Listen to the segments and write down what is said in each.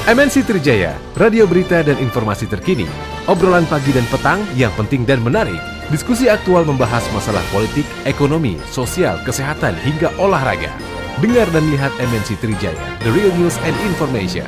MNC Trijaya, radio berita dan informasi terkini. Obrolan pagi dan petang yang penting dan menarik. Diskusi aktual membahas masalah politik, ekonomi, sosial, kesehatan, hingga olahraga. Dengar dan lihat MNC Trijaya, the real news and information.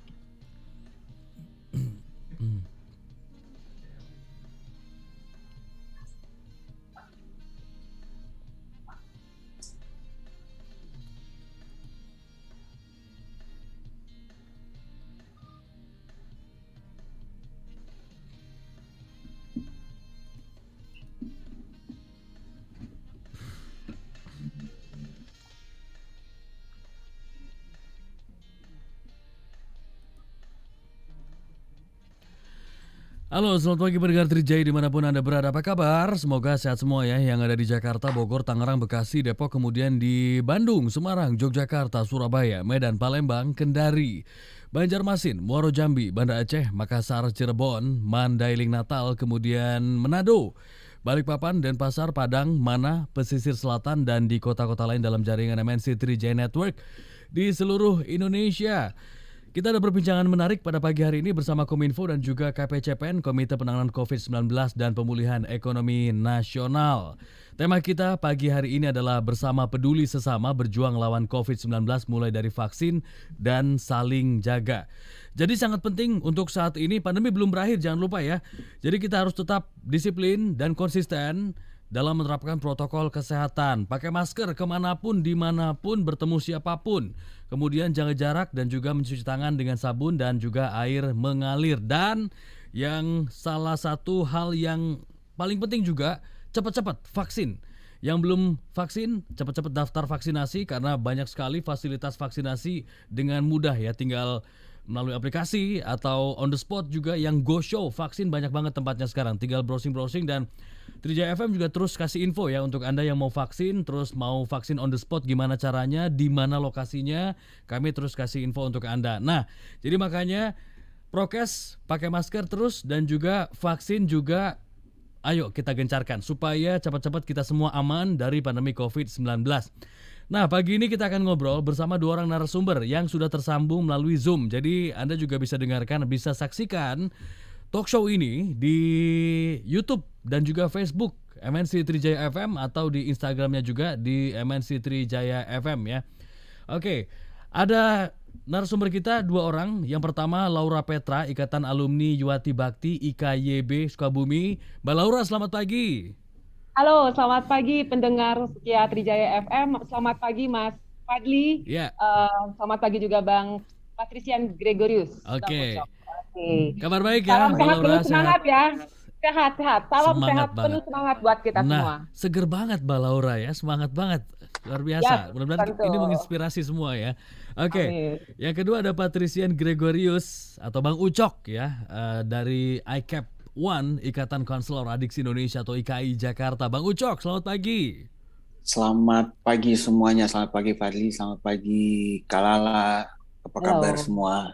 Halo, selamat pagi pendengar Trijaya dimanapun Anda berada. Apa kabar? Semoga sehat semua ya, yang ada di Jakarta, Bogor, Tangerang, Bekasi, Depok, kemudian di Bandung, Semarang, Yogyakarta, Surabaya, Medan, Palembang, Kendari, Banjarmasin, Muaro Jambi, Banda Aceh, Makassar, Cirebon, Mandailing, Natal, kemudian Manado, Balikpapan, Denpasar, Padang, Mana, Pesisir Selatan, dan di kota-kota lain dalam jaringan MNC Trijaya Network di seluruh Indonesia. Kita ada perbincangan menarik pada pagi hari ini bersama Kominfo dan juga KPCPN, Komite Penanganan COVID-19 dan Pemulihan Ekonomi Nasional. Tema kita pagi hari ini adalah bersama peduli sesama berjuang lawan COVID-19 mulai dari vaksin dan saling jaga. Jadi sangat penting untuk saat ini, pandemi belum berakhir, jangan lupa ya. Jadi kita harus tetap disiplin dan konsisten dalam menerapkan protokol kesehatan. Pakai masker kemanapun, dimanapun, bertemu siapapun. Kemudian jaga jarak dan juga mencuci tangan dengan sabun dan juga air mengalir. Dan yang salah satu hal yang paling penting juga, cepat-cepat vaksin. Yang belum vaksin, cepat-cepat daftar vaksinasi karena banyak sekali fasilitas vaksinasi dengan mudah ya. Tinggal melalui aplikasi atau on the spot juga yang go show. Vaksin banyak banget tempatnya sekarang. Tinggal browsing-browsing dan Trijaya FM juga terus kasih info ya untuk Anda yang mau vaksin, terus mau vaksin on the spot gimana caranya, di mana lokasinya, kami terus kasih info untuk Anda. Nah, jadi makanya prokes, pakai masker terus dan juga vaksin juga ayo kita gencarkan supaya cepat-cepat kita semua aman dari pandemi COVID-19. Nah, pagi ini kita akan ngobrol bersama dua orang narasumber yang sudah tersambung melalui Zoom. Jadi Anda juga bisa dengarkan, bisa saksikan talk show ini di YouTube dan juga Facebook MNC Trijaya FM atau di Instagramnya juga di MNC Trijaya FM ya. Oke, ada narasumber kita dua orang. Yang pertama Laura Petra, Ikatan Alumni Yuwati Bakti IKYB Sukabumi. Mbak Laura, selamat pagi. Halo, selamat pagi pendengar setia Trijaya FM. Selamat pagi Mas Fadli. Ya. Selamat pagi juga Bang Patrician Gregorius. Oke. Oke. Kabar baik ya, Salam Mbak sehat Laura, penuh semangat sehat. ya. Sehat. Salam Semangat sehat banget. penuh semangat buat kita semua. Nah, seger banget Mbak Laura ya, semangat banget. Luar biasa. Ya, Mudah-mudahan tentu. ini menginspirasi semua ya. Oke. Amin. Yang kedua ada Patrician Gregorius atau Bang Ucok ya, dari ICAP One, Ikatan Konselor Adiksi Indonesia atau IKI Jakarta. Bang Ucok, selamat pagi. Selamat pagi semuanya, selamat pagi Fadli, selamat pagi Kalala, apa kabar semua?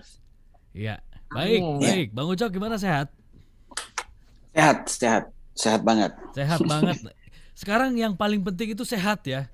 Ya, baik. Bang Ucok gimana, sehat? Sehat banget. Sehat banget. Sekarang yang paling penting itu sehat ya.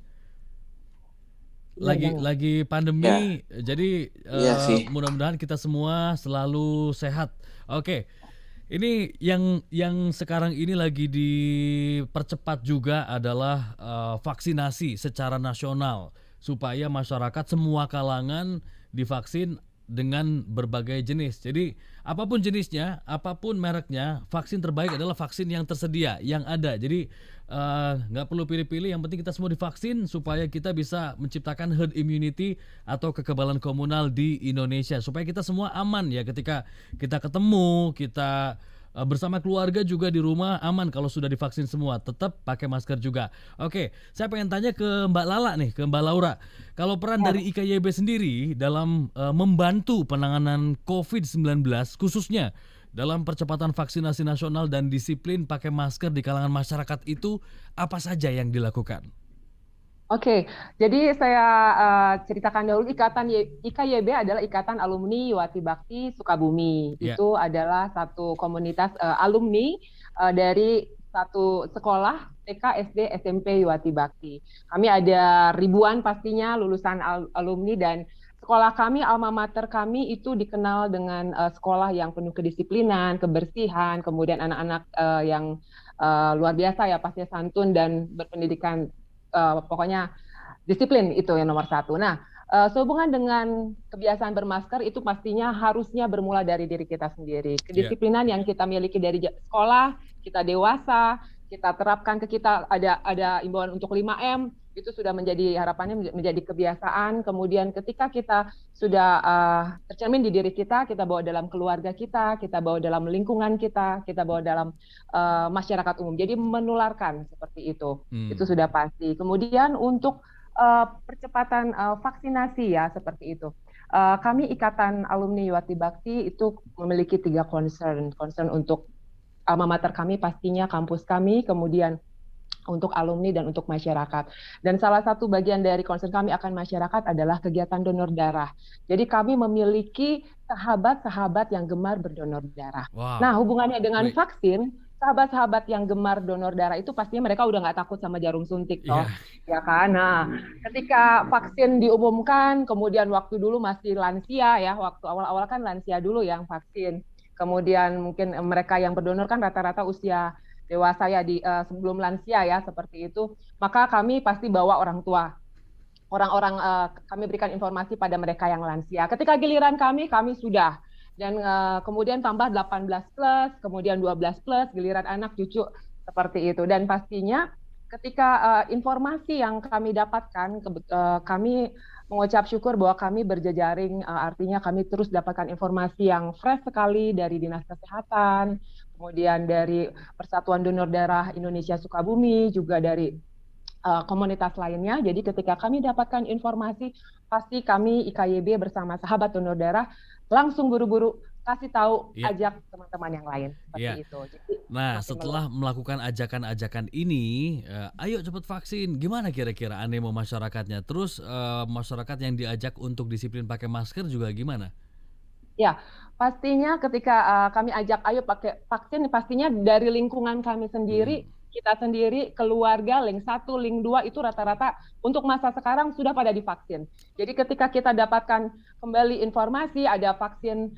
Lagi pandemi, jadi mudah-mudahan kita semua selalu sehat. Oke. Ini yang sekarang ini lagi dipercepat juga adalah vaksinasi secara nasional supaya masyarakat semua kalangan divaksin dengan berbagai jenis. Jadi apapun jenisnya, apapun mereknya, vaksin terbaik adalah vaksin yang tersedia, yang ada. Jadi nggak perlu pilih-pilih, yang penting kita semua divaksin supaya kita bisa menciptakan herd immunity atau kekebalan komunal di Indonesia. Supaya kita semua aman ya ketika kita ketemu, kita bersama keluarga juga di rumah aman kalau sudah divaksin semua. Tetap pakai masker juga. Oke, saya pengen tanya ke Mbak Lala nih, ke Mbak Laura. Kalau peran dari IKYB sendiri dalam membantu penanganan COVID-19 khususnya dalam percepatan vaksinasi nasional dan disiplin pakai masker di kalangan masyarakat itu apa saja yang dilakukan? Oke, jadi saya ceritakan dahulu IKYB adalah Ikatan Alumni Yuwati Bakti Sukabumi. Itu adalah satu komunitas alumni dari satu sekolah TK, SD, SMP Yuwati Bakti. Kami ada ribuan pastinya lulusan alumni dan sekolah kami, alma mater kami itu dikenal dengan sekolah yang penuh kedisiplinan, kebersihan, kemudian anak-anak yang luar biasa ya, pastinya santun dan berpendidikan, pokoknya disiplin itu yang nomor satu. Nah, sehubungan dengan kebiasaan bermasker itu pastinya harusnya bermula dari diri kita sendiri. Kedisiplinan yang kita miliki dari sekolah, kita dewasa, kita terapkan ke kita, ada imbauan untuk 5M, itu sudah menjadi harapannya menjadi kebiasaan. Kemudian ketika kita sudah tercermin di diri kita bawa dalam keluarga kita bawa dalam lingkungan kita bawa dalam masyarakat umum. Jadi menularkan seperti itu. Itu sudah pasti. Kemudian untuk percepatan vaksinasi ya seperti itu. Kami Ikatan Alumni Wati Bakti itu memiliki 3 concern untuk alma mater kami, pastinya kampus kami, kemudian untuk alumni dan untuk masyarakat. Dan salah satu bagian dari concern kami akan masyarakat adalah kegiatan donor darah. Jadi kami memiliki sahabat-sahabat yang gemar berdonor darah. Wow. Nah, hubungannya dengan vaksin, sahabat-sahabat yang gemar donor darah itu pastinya mereka udah nggak takut sama jarum suntik toh, ya kan? Nah, ketika vaksin diumumkan, kemudian waktu dulu masih lansia ya, waktu awal-awal kan lansia dulu yang vaksin. Kemudian mungkin mereka yang berdonor kan rata-rata usia dewasa ya, sebelum lansia ya, seperti itu. Maka kami pasti bawa orang tua. Orang-orang kami berikan informasi pada mereka yang lansia. Ketika giliran kami sudah. Dan kemudian tambah 18+, kemudian 12+, giliran anak cucu seperti itu. Dan pastinya ketika informasi yang kami dapatkan, kami mengucap syukur bahwa kami berjejaring, artinya kami terus dapatkan informasi yang fresh sekali dari Dinas Kesehatan, kemudian dari Persatuan Donor Darah Indonesia Sukabumi, juga dari komunitas lainnya. Jadi ketika kami dapatkan informasi, pasti kami IKYB bersama sahabat donor darah langsung buru-buru kasih tahu, ajak teman-teman yang lain seperti itu. Jadi, nah, setelah melakukan ajakan-ajakan ini, ayo cepat vaksin. Gimana kira-kira animo masyarakatnya? Terus masyarakat yang diajak untuk disiplin pakai masker juga gimana? Ya, pastinya ketika kami ajak ayo pakai vaksin, pastinya dari lingkungan kami sendiri, kita sendiri, keluarga, link 1, link 2 itu rata-rata untuk masa sekarang sudah pada divaksin. Jadi ketika kita dapatkan kembali informasi ada vaksin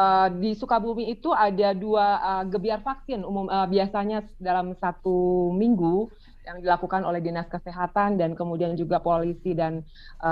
di Sukabumi itu ada 2 gebiar vaksin umum, biasanya dalam 1 minggu yang dilakukan oleh Dinas Kesehatan dan kemudian juga polisi dan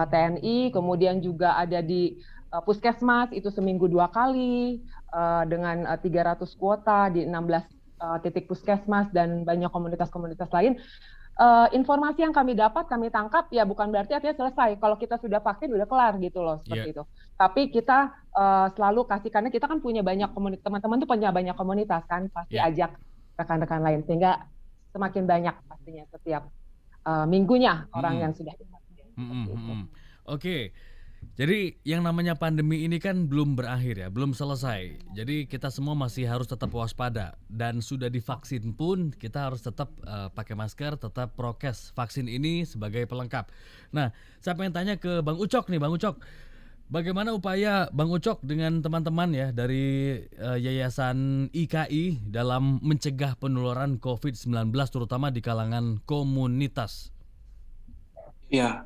TNI, kemudian juga ada di Puskesmas itu seminggu 2 kali dengan 300 kuota di 16 titik puskesmas dan banyak komunitas-komunitas lain. Informasi yang kami dapat, kami tangkap ya bukan berarti artinya selesai. Kalau kita sudah vaksin udah kelar gitu loh, seperti itu. Tapi kita selalu kasih, karena kita kan punya banyak komunitas, teman-teman tuh punya banyak komunitas kan, pasti ajak rekan-rekan lain sehingga semakin banyak pastinya setiap minggunya orang yang sudah divaksin. Oke. Jadi yang namanya pandemi ini kan belum berakhir ya, belum selesai. Jadi kita semua masih harus tetap waspada. Dan sudah divaksin pun kita harus tetap pakai masker, tetap prokes. Vaksin ini sebagai pelengkap. Nah, saya pengen tanya ke Bang Ucok nih, Bang Ucok. Bagaimana upaya Bang Ucok dengan teman-teman ya dari Yayasan IKI dalam mencegah penularan COVID-19 terutama di kalangan komunitas? Ya,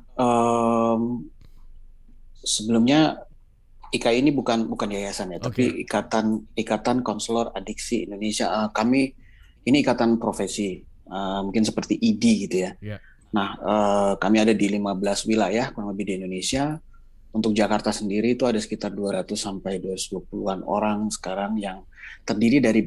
sebelumnya IKI ini bukan yayasan ya, tapi Ikatan Konselor Adiksi Indonesia. Kami ini ikatan profesi, mungkin seperti ID gitu ya. Nah, kami ada di 15 wilayah kurang lebih di Indonesia. Untuk Jakarta sendiri itu ada sekitar 200 sampai 220-an orang sekarang yang terdiri dari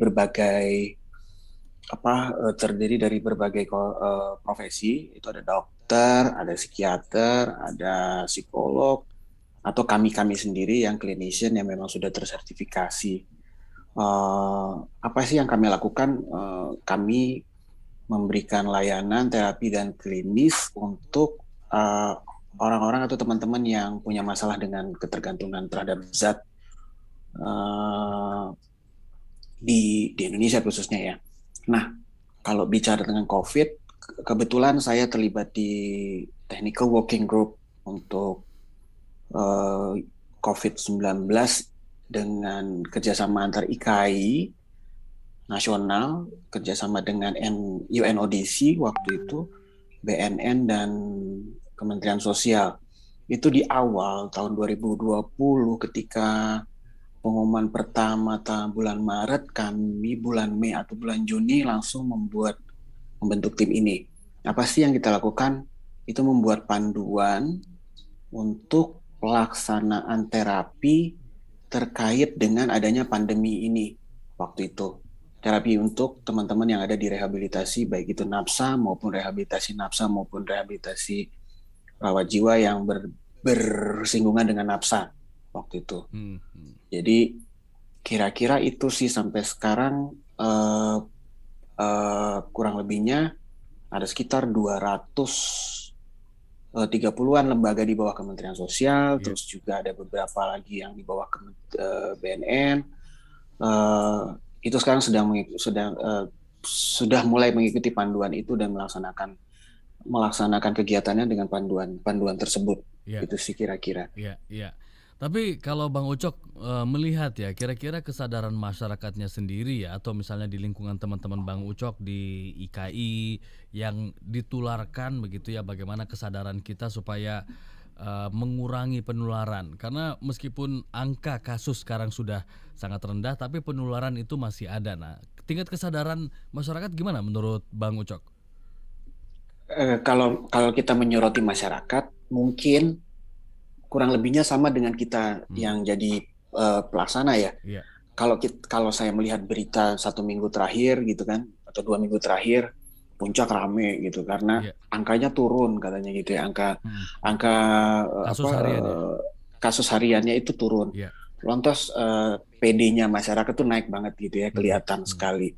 berbagai profesi. Itu ada dokter, ada psikiater, ada psikolog, atau kami sendiri yang clinician yang memang sudah tersertifikasi. Apa sih yang kami lakukan? Kami memberikan layanan terapi dan klinis untuk orang-orang atau teman-teman yang punya masalah dengan ketergantungan terhadap zat di Indonesia khususnya ya. Nah, kalau bicara dengan COVID, kebetulan saya terlibat di Technical Working Group untuk COVID-19 dengan kerjasama antar IKI nasional, kerjasama dengan UNODC waktu itu, BNN dan Kementerian Sosial. itu di awal tahun 2020 ketika pengumuman pertama bulan Maret, kami bulan Mei atau bulan Juni langsung membentuk tim ini. Apa sih yang kita lakukan? Itu membuat panduan untuk pelaksanaan terapi terkait dengan adanya pandemi ini waktu itu. Terapi untuk teman-teman yang ada di rehabilitasi, baik itu NAPSA maupun rehabilitasi rawat jiwa yang bersinggungan dengan NAPSA waktu itu. Jadi kira-kira itu sih sampai sekarang kurang lebihnya ada sekitar 230-an lembaga di bawah Kementerian Sosial, terus juga ada beberapa lagi yang di bawah BNN. Itu sekarang sudah mulai mengikuti panduan itu dan melaksanakan kegiatannya dengan panduan tersebut. Itu sih kira-kira. Iya. Tapi kalau Bang Ucok melihat ya, kira-kira kesadaran masyarakatnya sendiri ya, atau misalnya di lingkungan teman-teman Bang Ucok di IKI yang ditularkan begitu ya, bagaimana kesadaran kita supaya mengurangi penularan. Karena meskipun angka kasus sekarang sudah sangat rendah, tapi penularan itu masih ada. Nah, tingkat kesadaran masyarakat gimana menurut Bang Ucok? Kalau kita menyoroti masyarakat, mungkin kurang lebihnya sama dengan kita yang jadi pelaksana ya. Kalau saya melihat berita 1 minggu terakhir gitu kan, atau 2 minggu terakhir, puncak rame gitu karena angkanya turun katanya gitu ya, angka kasus hariannya itu turun. Lantas PD-nya masyarakat tuh naik banget gitu ya, kelihatan sekali.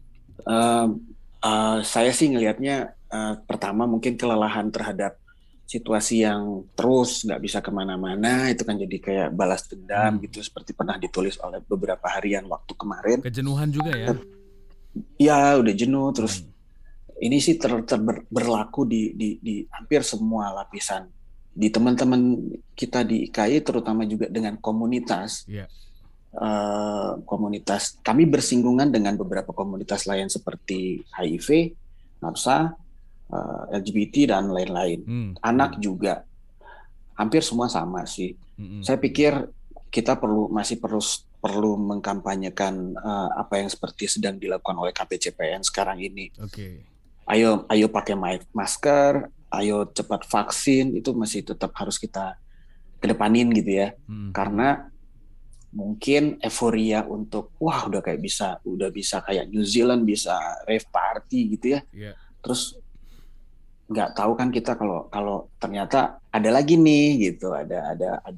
Saya sih ngelihatnya pertama mungkin kelelahan terhadap situasi yang terus nggak bisa kemana-mana, itu kan jadi kayak balas dendam gitu, seperti pernah ditulis oleh beberapa harian waktu kemarin. Kejenuhan juga ya? Ya udah jenuh, terus ini sih berlaku di hampir semua lapisan. Di teman-teman kita di IKI, terutama juga dengan komunitas. Komunitas kami bersinggungan dengan beberapa komunitas lain seperti HIV, NAPSA, LGBT dan lain-lain. Anak juga hampir semua sama sih. Saya pikir kita masih perlu mengkampanyekan apa yang seperti sedang dilakukan oleh KPCPN sekarang ini. Ayo pakai masker, ayo cepat vaksin, itu masih tetap harus kita kedepanin gitu ya. Karena mungkin euforia untuk udah bisa kayak New Zealand, bisa rave party gitu ya. Terus nggak tahu kan kita kalau ternyata ada lagi nih gitu, ada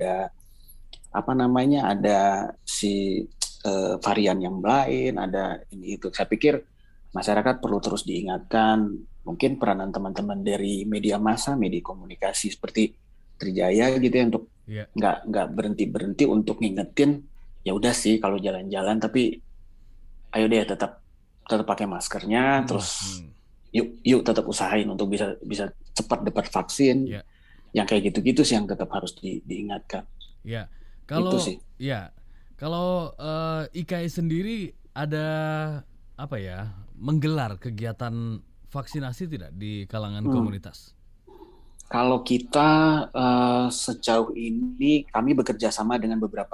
si varian yang lain, ada ini itu. Saya pikir masyarakat perlu terus diingatkan, mungkin peranan teman-teman dari media massa, media komunikasi seperti Trijaya gitu ya, untuk nggak berhenti untuk ngingetin, ya udah sih kalau jalan-jalan tapi ayo deh tetap pakai maskernya, terus yuk tetap usahain untuk bisa cepat dapat vaksin. Yang kayak gitu-gitu sih yang tetap harus diingatkan. Kalau itu sih. Kalau IKI sendiri ada menggelar kegiatan vaksinasi tidak di kalangan komunitas? Kalau kita sejauh ini kami bekerja sama dengan beberapa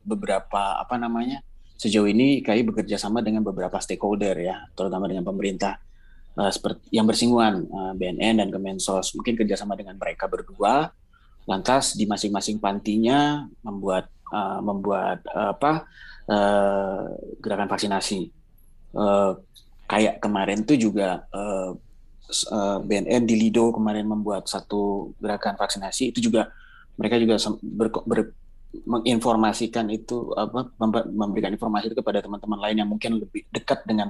sejauh ini IKI bekerja sama dengan beberapa stakeholder ya, terutama dengan pemerintah. Seperti yang bersinggungan BNN dan Kemensos, mungkin kerjasama dengan mereka berdua, lantas di masing-masing pantinya membuat gerakan vaksinasi. Kayak kemarin tuh juga BNN di Lido kemarin membuat satu gerakan vaksinasi, itu juga mereka juga menginformasikan itu, memberikan informasi itu kepada teman-teman lain yang mungkin lebih dekat dengan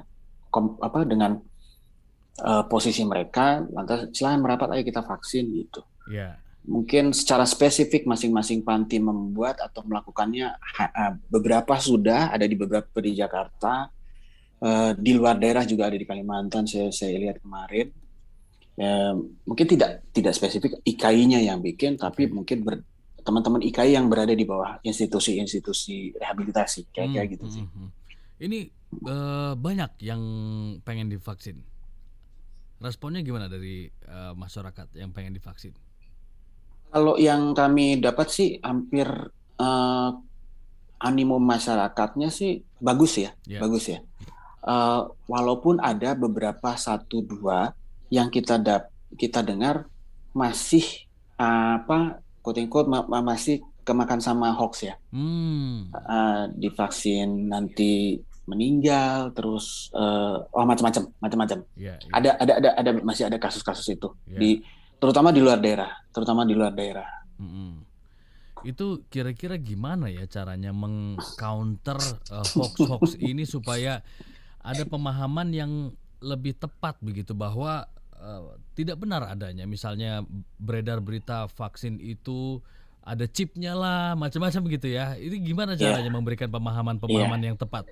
posisi mereka, lantas silahkan merapat, ayo kita vaksin gitu. Mungkin secara spesifik masing-masing panti membuat atau melakukannya, beberapa sudah ada di beberapa di Jakarta, di luar daerah juga ada di Kalimantan, saya lihat kemarin. Mungkin tidak spesifik IKI-nya yang bikin, tapi mungkin teman-teman IKI yang berada di bawah institusi-institusi rehabilitasi kayak gitu sih. Ini banyak yang pengen divaksin. Responnya gimana dari masyarakat yang pengen divaksin? Kalau yang kami dapat sih hampir eh, animo masyarakatnya sih bagus ya, Ya. bagus ya. Walaupun ada beberapa satu dua yang kita dengar masih quote unquote masih kemakan sama hoax ya. Divaksin nanti meninggal terus macam-macam. Ya, ya. Ada masih ada kasus-kasus itu Ya. terutama di luar daerah. Itu kira-kira gimana ya caranya mengcounter hoax-hoax ini supaya ada pemahaman yang lebih tepat begitu bahwa tidak benar adanya misalnya beredar berita vaksin itu ada chipnya lah macam-macam gitu ya. Ini gimana caranya memberikan pemahaman-pemahaman yang tepat?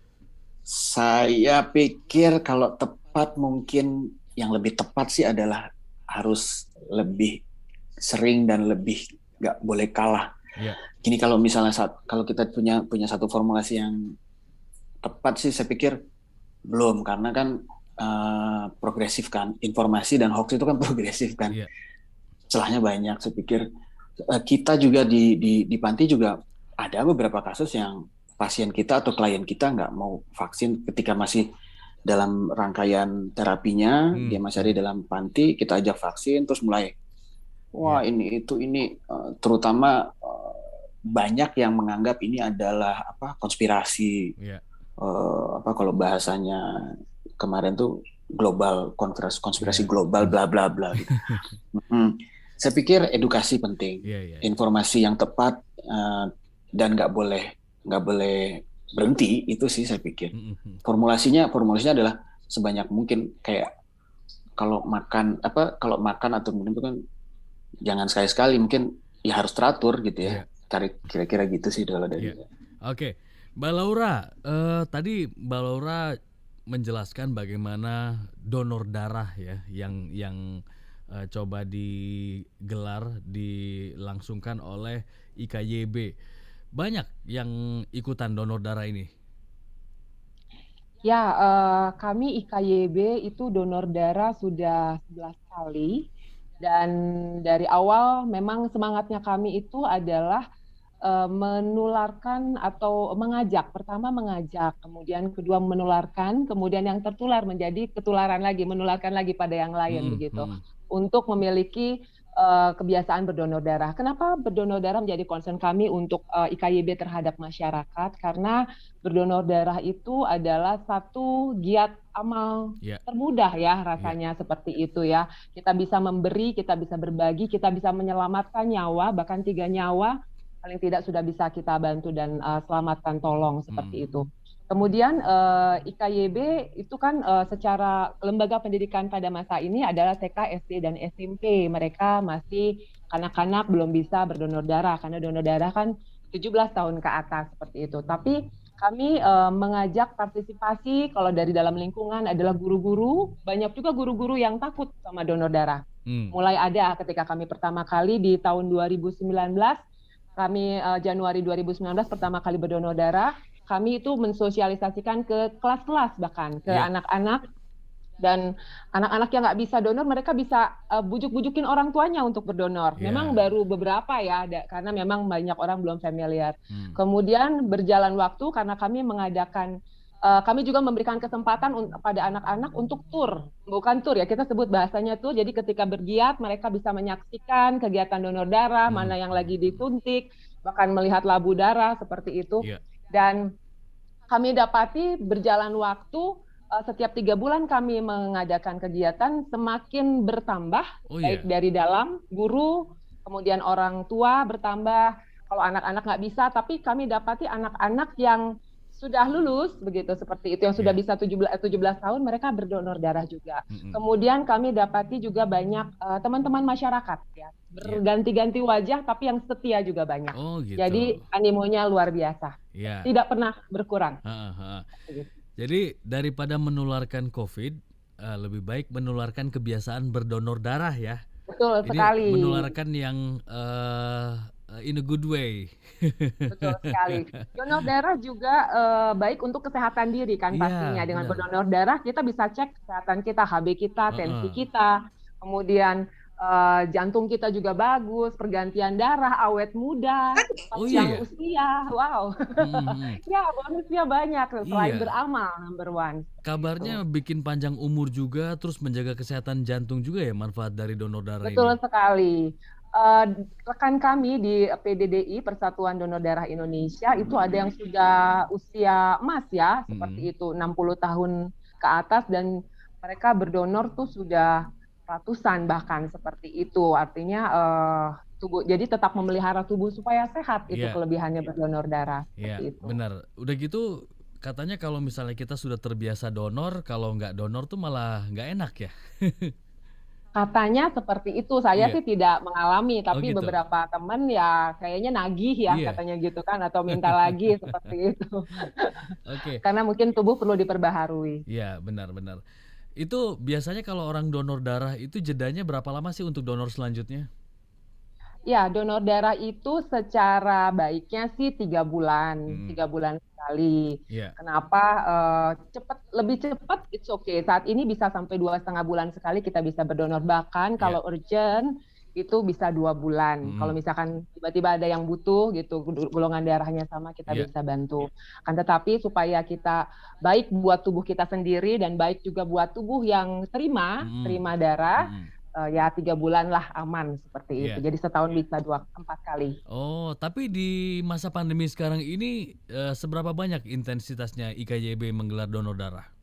Saya pikir kalau tepat mungkin yang lebih tepat sih adalah harus lebih sering dan lebih nggak boleh kalah. Ya. Gini, kalau misalnya kalau kita punya satu formulasi yang tepat sih saya pikir belum, karena kan progresif kan, informasi dan hoax itu kan progresif kan. Ya. Celahnya banyak. Saya pikir kita juga di panti juga ada beberapa kasus yang pasien kita atau klien kita nggak mau vaksin ketika masih dalam rangkaian terapinya, dia masih ada dalam panti, kita ajak vaksin, terus mulai ini terutama banyak yang menganggap ini adalah konspirasi, kalau bahasanya kemarin tuh global konspirasi global bla bla bla gitu. Saya pikir edukasi penting, informasi yang tepat dan nggak boleh berhenti, itu sih saya pikir. Formulasinya adalah sebanyak mungkin, kayak kalau makan atau minum itu kan jangan sekali-sekali, mungkin ya harus teratur gitu ya. Kira-kira gitu sih kalau dari. Oke. Mbak Laura, tadi Mbak Laura menjelaskan bagaimana donor darah ya yang coba dilangsungkan oleh IKYB. Banyak yang ikutan donor darah ini. Ya, kami IKYB itu donor darah sudah 11 kali, dan dari awal memang semangatnya kami itu adalah menularkan atau mengajak. Pertama mengajak, kemudian kedua menularkan, kemudian yang tertular menjadi ketularan lagi, menularkan lagi pada yang lain begitu. Untuk memiliki kebiasaan berdonor darah. Kenapa berdonor darah menjadi concern kami untuk IKYB terhadap masyarakat? Karena berdonor darah itu adalah satu giat amal termudah ya rasanya, seperti itu ya. Kita bisa memberi, kita bisa berbagi, kita bisa menyelamatkan nyawa, bahkan 3 nyawa paling tidak sudah bisa kita bantu dan selamatkan, tolong, seperti itu. Kemudian IKYB itu kan secara lembaga pendidikan pada masa ini adalah TK, SD, dan SMP. Mereka masih kanak-kanak, belum bisa berdonor darah karena donor darah kan 17 tahun ke atas, seperti itu. Tapi kami mengajak partisipasi, kalau dari dalam lingkungan adalah guru-guru, banyak juga guru-guru yang takut sama donor darah. Mulai ada ketika kami pertama kali di tahun 2019, kami Januari 2019 pertama kali berdonor darah. Kami itu mensosialisasikan ke kelas-kelas, bahkan ke anak-anak, dan anak-anak yang nggak bisa donor, mereka bisa bujuk-bujukin orang tuanya untuk berdonor. Memang baru beberapa ya, karena memang banyak orang belum familiar. Kemudian berjalan waktu, karena kami mengadakan, kami juga memberikan kesempatan pada anak-anak untuk tur, bukan tur ya, kita sebut bahasanya tur. Jadi ketika bergiat, mereka bisa menyaksikan kegiatan donor darah, mana yang lagi disuntik, bahkan melihat labu darah, seperti itu. Dan kami dapati berjalan waktu, setiap 3 bulan kami mengadakan kegiatan, semakin bertambah, baik dari dalam, guru, kemudian orang tua bertambah. Kalau anak-anak nggak bisa, tapi kami dapati anak-anak yang sudah lulus, begitu, seperti itu, yang sudah bisa 17 tahun, mereka berdonor darah juga. Kemudian kami dapati juga banyak teman-teman masyarakat ya, berganti-ganti wajah, tapi yang setia juga banyak. Gitu. Jadi animonya luar biasa, tidak pernah berkurang. Jadi daripada menularkan COVID, lebih baik menularkan kebiasaan berdonor darah ya. Betul ini sekali. Menularkan yang in a good way. Betul sekali. Donor darah juga baik untuk kesehatan diri kan, pastinya. Dengan berdonor darah kita bisa cek kesehatan kita, HB kita, tensi kita, kemudian jantung kita juga bagus, pergantian darah, awet muda, panjang usia, wow. Ya, bonusnya banyak selain beramal number one. Kabarnya bikin panjang umur juga, terus menjaga kesehatan jantung juga ya manfaat dari donor darah ini. Betul sekali. Rekan kami di PDDI Persatuan Donor Darah Indonesia itu ada yang sudah usia emas ya, seperti itu 60 tahun ke atas dan mereka berdonor tuh sudah ratusan bahkan seperti itu. Artinya tubuh jadi tetap memelihara tubuh supaya sehat, itu kelebihannya berdonor darah. Iya, benar. Udah gitu katanya kalau misalnya kita sudah terbiasa donor, kalau nggak donor tuh malah nggak enak ya. Katanya seperti itu, saya sih tidak mengalami, tapi beberapa teman ya kayaknya nagih ya katanya gitu kan, atau minta lagi seperti itu. Karena mungkin tubuh perlu diperbaharui. Iya, benar-benar. Itu biasanya kalau orang donor darah itu jedanya berapa lama sih untuk donor selanjutnya? Ya, donor darah itu secara baiknya sih 3 bulan, 3 bulan sekali. Kenapa lebih cepat? It's okay. Saat ini bisa sampai 2,5 bulan sekali kita bisa berdonor, bahkan kalau urgent itu bisa 2 bulan. Kalau misalkan tiba-tiba ada yang butuh gitu, golongan darahnya sama, kita bisa bantu. Kan tetapi supaya kita baik buat tubuh kita sendiri dan baik juga buat tubuh yang terima darah, ya 3 bulan lah aman seperti itu. Jadi setahun bisa 4 kali. Oh, tapi di masa pandemi sekarang ini seberapa banyak intensitasnya IKYB menggelar donor darah?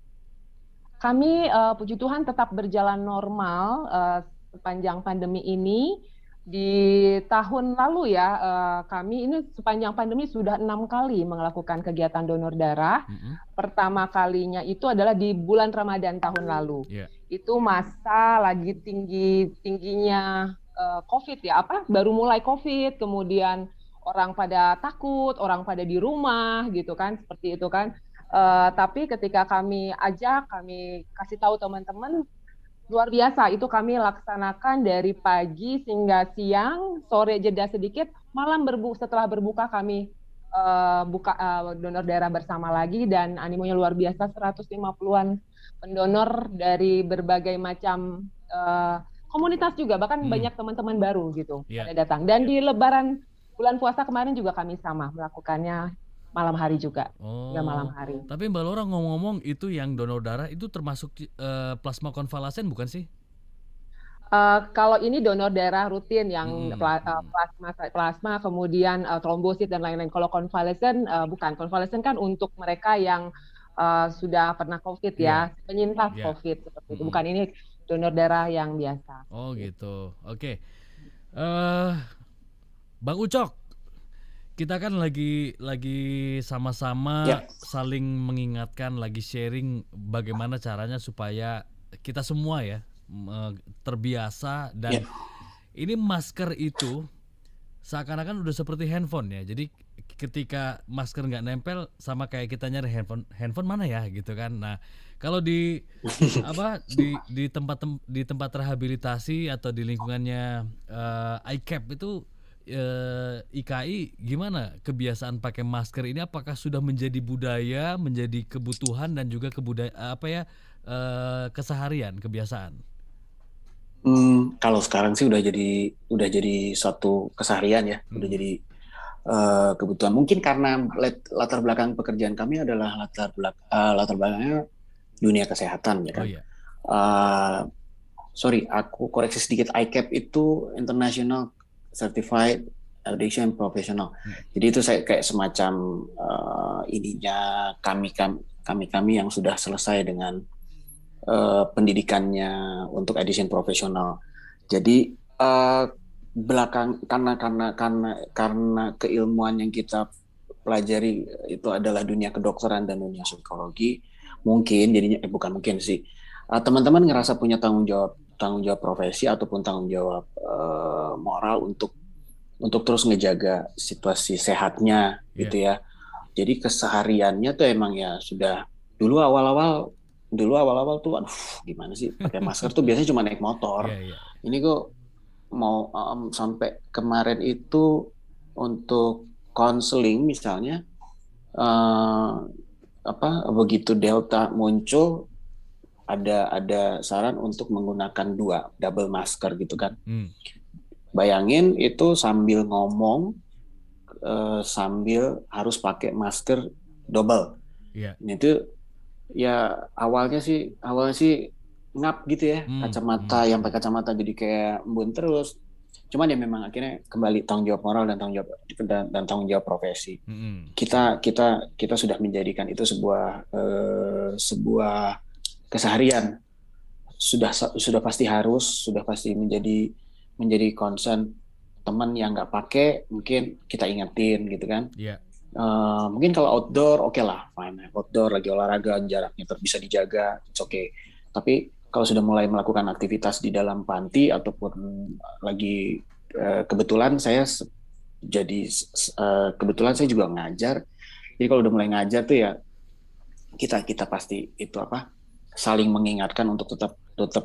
Kami puji Tuhan tetap berjalan normal sepanjang pandemi ini. Di tahun lalu ya, kami ini sepanjang pandemi sudah 6 kali melakukan kegiatan donor darah. Pertama kalinya itu adalah di bulan Ramadan tahun lalu. Itu masa lagi tingginya COVID ya, baru mulai COVID, kemudian orang pada takut, orang pada di rumah gitu kan, seperti itu kan. Tapi ketika kami kasih tahu teman-teman, luar biasa, itu kami laksanakan dari pagi hingga siang, sore jeda sedikit, malam setelah berbuka kami buka donor darah bersama lagi, dan animonya luar biasa, 150-an pendonor dari berbagai macam komunitas juga, bahkan banyak teman-teman baru gitu pada datang. Dan di Lebaran bulan puasa kemarin juga kami sama melakukannya malam hari juga, ya malam hari. Tapi Mbak Laura ngomong-ngomong itu yang donor darah itu termasuk plasma konvalesen bukan sih? Kalau ini donor darah rutin yang plasma kemudian trombosit dan lain-lain. Kalau konvalesen bukan. Konvalesen kan untuk mereka yang sudah pernah COVID ya, penyintas COVID seperti itu. Bukan, ini donor darah yang biasa. Oh gitu. Oke. Bang Ucok, kita kan lagi sama-sama saling mengingatkan, lagi sharing bagaimana caranya supaya kita semua ya terbiasa, dan ini masker itu seakan-akan udah seperti handphone ya. Jadi ketika masker nggak nempel sama kayak kita nyari handphone mana ya gitu kan. Nah, kalau di tempat rehabilitasi atau di lingkungannya ICAP itu IKI, gimana kebiasaan pakai masker ini? Apakah sudah menjadi budaya, menjadi kebutuhan dan juga keseharian, kebiasaan? Kalau sekarang sih udah jadi suatu keseharian ya, udah jadi kebutuhan. Mungkin karena latar belakang pekerjaan kami adalah latar belakangnya dunia kesehatan ya kan. Sorry, aku koreksi sedikit. ICAP itu International Certified Addiction Professional. Jadi itu saya kayak semacam ininya kami yang sudah selesai dengan pendidikannya untuk addiction profesional. Jadi karena keilmuan yang kita pelajari itu adalah dunia kedokteran dan dunia psikologi, mungkin jadinya bukan mungkin sih, teman-teman ngerasa punya tanggung jawab profesi ataupun tanggung jawab moral untuk terus ngejaga situasi sehatnya gitu ya. Jadi kesehariannya tuh emang ya sudah dulu awal-awal tuh gimana sih pakai masker tuh biasanya cuma naik motor. Ini kok mau sampai kemarin itu untuk konseling misalnya begitu Delta muncul ada saran untuk menggunakan double masker gitu kan. Bayangin itu sambil ngomong, sambil harus pakai masker double. Itu ya awalnya sih ngap gitu ya, kacamata yang pakai kacamata jadi kayak embun terus. Cuman ya memang akhirnya kembali tanggung jawab moral dan tanggung jawab profesi. Kita sudah menjadikan itu sebuah keseharian. Sudah pasti menjadi concern. Teman yang nggak pakai mungkin kita ingetin gitu kan. Mungkin kalau outdoor oke lah, fine. Outdoor lagi olahraga, jaraknya bisa dijaga, it's okay. Tapi kalau sudah mulai melakukan aktivitas di dalam panti ataupun lagi kebetulan saya juga ngajar. Jadi kalau udah mulai ngajar tuh ya kita pasti itu saling mengingatkan untuk tetap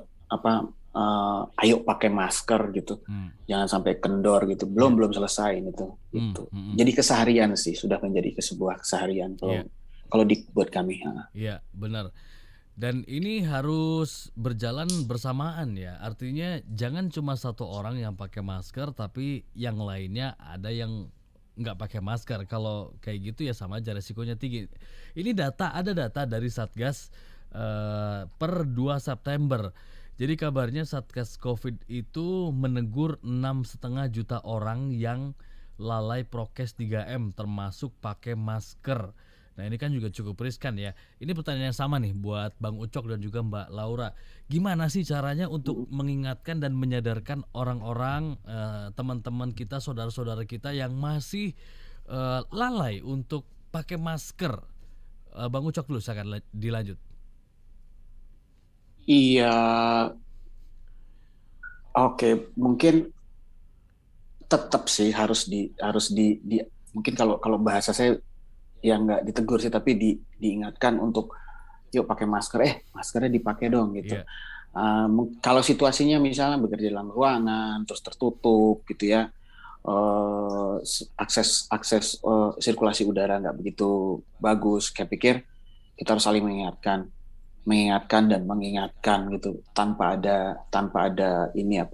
ayo pakai masker gitu. Jangan sampai kendor gitu. Belum selesai itu. Jadi keseharian sih, sudah menjadi sebuah keseharian kalau buat kami. Iya, benar. Dan ini harus berjalan bersamaan ya. Artinya jangan cuma satu orang yang pakai masker, tapi yang lainnya ada yang nggak pakai masker. Kalau kayak gitu ya sama aja resikonya tinggi. Ini ada data dari Satgas per 2 September. Jadi kabarnya Satgas Covid itu menegur 6,5 juta orang yang lalai prokes 3M termasuk pakai masker. Nah ini kan juga cukup riskan ya. Ini pertanyaan yang sama nih buat Bang Ucok dan juga Mbak Laura. Gimana sih caranya untuk mengingatkan dan menyadarkan orang-orang, teman-teman kita, saudara-saudara kita yang masih lalai untuk pakai masker? Bang Ucok dulu, silakan dilanjut. Iya, oke, mungkin tetap sih harus mungkin kalau bahasa saya yang nggak ditegur sih, tapi diingatkan untuk yuk pakai masker, maskernya dipakai dong gitu. Kalau situasinya misalnya bekerja dalam ruangan terus tertutup gitu ya, akses sirkulasi udara nggak begitu bagus, kayak pikir kita harus saling mengingatkan dan mengingatkan gitu, tanpa ada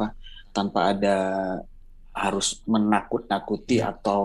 harus menakut-nakuti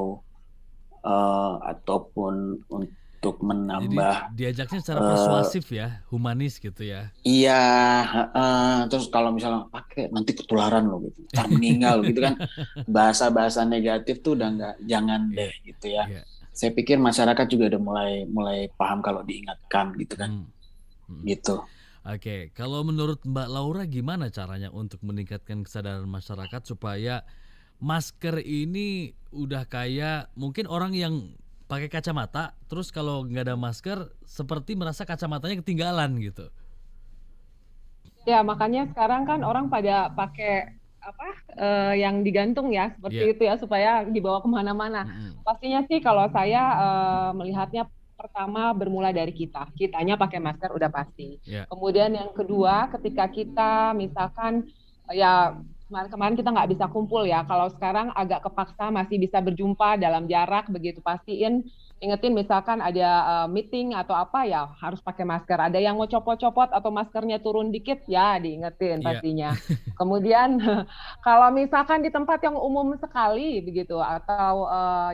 ataupun untuk menambah. Jadi diajaknya secara persuasif ya, humanis gitu ya. Iya, terus kalau misalnya pakai nanti ketularan loh gitu, ntar meninggal gitu kan, bahasa negatif tuh udah jangan deh gitu ya. Saya pikir masyarakat juga udah mulai paham kalau diingatkan gitu kan. Gitu. Oke, kalau menurut Mbak Laura gimana caranya untuk meningkatkan kesadaran masyarakat supaya masker ini udah kayak mungkin orang yang pakai kacamata, terus kalau nggak ada masker seperti merasa kacamatanya ketinggalan gitu. Ya makanya sekarang kan orang pada pakai yang digantung ya, seperti itu ya, supaya dibawa kemana-mana. Pastinya sih kalau saya melihatnya, pertama bermula dari kitanya pakai masker udah pasti. Kemudian yang kedua, ketika kita misalkan ya kemarin kita nggak bisa kumpul ya, kalau sekarang agak kepaksa masih bisa berjumpa dalam jarak begitu, ingetin misalkan ada meeting atau apa ya harus pakai masker. Ada yang mau copot-copot atau maskernya turun dikit ya diingetin pastinya. Kemudian kalau misalkan di tempat yang umum sekali begitu atau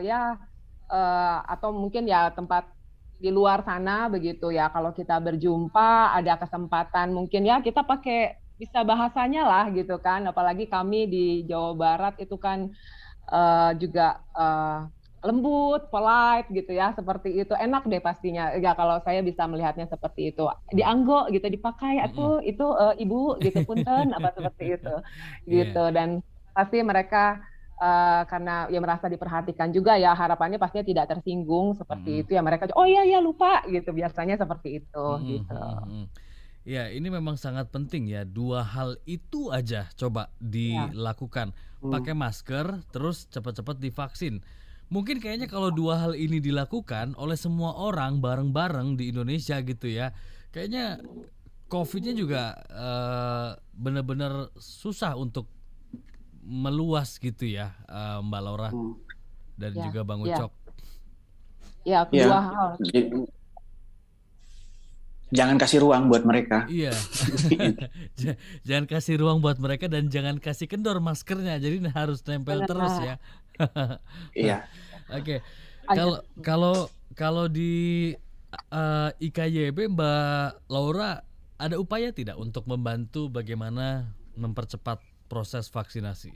atau mungkin ya tempat di luar sana begitu ya, kalau kita berjumpa ada kesempatan mungkin ya kita pakai bisa bahasanya lah gitu kan, apalagi kami di Jawa Barat itu kan juga lembut, polite gitu ya, seperti itu enak deh pastinya ya, kalau saya bisa melihatnya seperti itu, dianggo gitu, dipakai itu ibu gitu, punten apa seperti itu gitu. Dan pasti mereka karena ya merasa diperhatikan juga ya, harapannya pastinya tidak tersinggung seperti itu ya, mereka oh iya lupa gitu, biasanya seperti itu gitu. Ya ini memang sangat penting ya, 2 hal itu aja coba dilakukan, pakai masker terus cepat-cepat divaksin. Mungkin kayaknya kalau 2 hal ini dilakukan oleh semua orang bareng-bareng di Indonesia gitu ya, kayaknya COVID-nya juga benar-benar susah untuk meluas gitu ya, Mbak Laura dan juga Bang Ucok. Ya, kedua hal. Jangan kasih ruang buat mereka. Iya. Jangan kasih ruang buat mereka dan jangan kasih kendor maskernya. Jadi harus nempel terus ya. Iya. Oke. Kalau di IKYB, Mbak Laura, ada upaya tidak untuk membantu bagaimana mempercepat proses vaksinasi?